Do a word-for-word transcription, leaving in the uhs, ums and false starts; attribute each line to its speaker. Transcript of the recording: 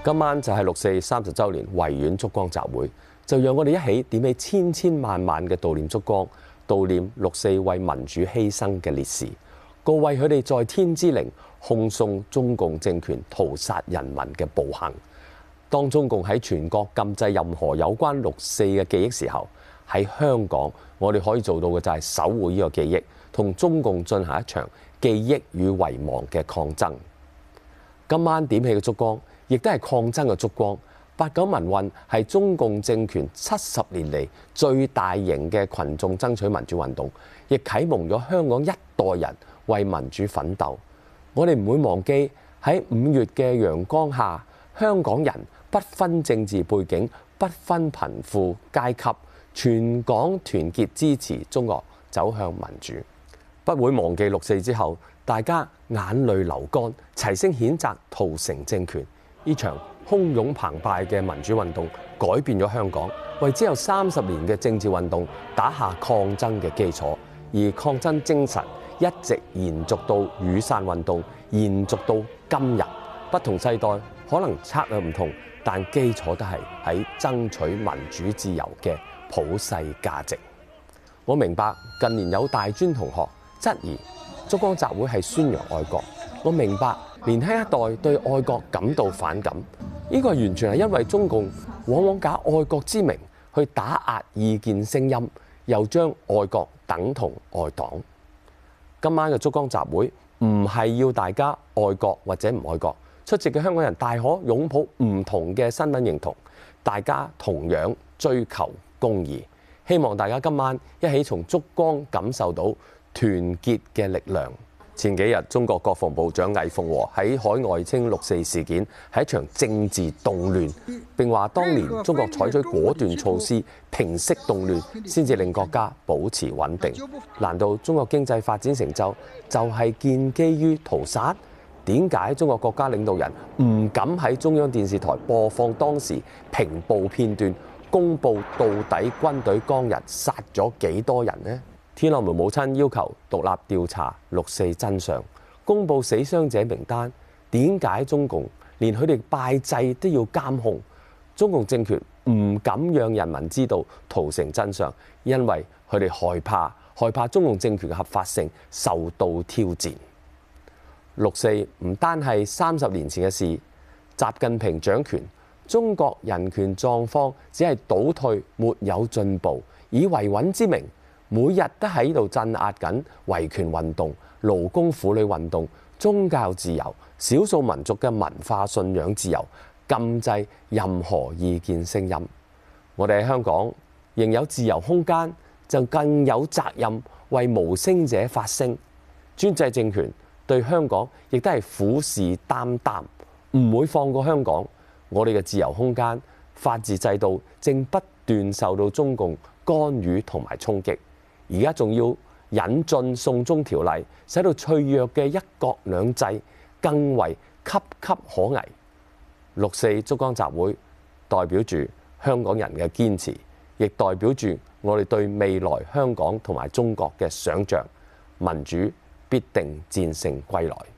Speaker 1: 今晚就係六四三十週年維園燭光集會，就讓我哋一起點起千千萬萬嘅悼念燭光，悼念六四為民主犧牲嘅烈士，告慰佢哋在天之靈，控訴中共政權屠殺人民嘅暴行。當中共喺全國禁制任何有關六四嘅記憶時候，喺香港我哋可以做到嘅就係守護呢個記憶，同中共進行一場記憶與遺忘嘅抗爭。今晚點起嘅燭光，亦都係抗爭嘅燭光。八九民運係中共政權七十年嚟最大型嘅群眾爭取民主運動，亦啟蒙咗香港一代人為民主奮鬥。我哋唔會忘記喺五月嘅陽光下，香港人不分政治背景、不分貧富階級，全港團結支持中國走向民主。不會忘記六四之後，大家眼淚流乾，齊聲譴責屠城政權。呢場洶湧澎湃嘅民主運動改變咗香港，為只有三十年嘅政治運動打下抗爭嘅基礎，而抗爭精神一直延續到雨傘運動，延續到今日。不同世代可能策略唔同，但基礎都係喺爭取民主自由嘅普世價值。我明白近年有大專同學質疑燭光集會係宣揚愛國，我明白年輕一代對愛國感到反感，呢個完全係因為中共往往假愛國之名去打壓意見聲音，又將愛國等同愛黨。今晚嘅燭光集會唔係要大家愛國或者唔愛國，出席嘅香港人大可擁抱唔同嘅身份認同，大家同樣追求公義。希望大家今晚一起從燭光感受到團結嘅力量。前幾日，中國國防部長魏鳳和喺海外稱六四事件係一場政治動亂，並話當年中國採取果斷措施平息動亂，先至令國家保持穩定。難道中國經濟發展成就就係建基於屠殺？點解中國國家領導人唔敢喺中央電視台播放當時平暴片段，公佈到底軍隊當日殺咗幾多人呢？天安門母親要求獨立調查六四真相，公佈死傷者名單。點解中共連佢哋拜祭都要監控？中共政權唔敢讓人民知道屠城真相，因為佢哋害怕，害怕中共政權嘅合法性受到挑戰。六四唔單係三十年前嘅事，習近平掌權，中國人權狀況只係倒退，沒有進步，以維穩之名，每日都喺度鎮壓緊維權運動、勞工婦女運動、宗教自由、少數民族嘅文化信仰自由，禁制任何意見聲音。我哋喺香港仍有自由空間，就更有責任為無聲者發聲。專制政權對香港亦都係虎視眈眈，唔會放過香港。我哋嘅自由空間、法治制度正不斷受到中共干預同埋衝擊。而家仲要引進送中條例，使到脆弱嘅一國兩制更為岌岌可危。六四燭光集會代表住香港人嘅堅持，亦代表住我哋對未來香港同埋中國嘅想像。民主必定戰勝歸來。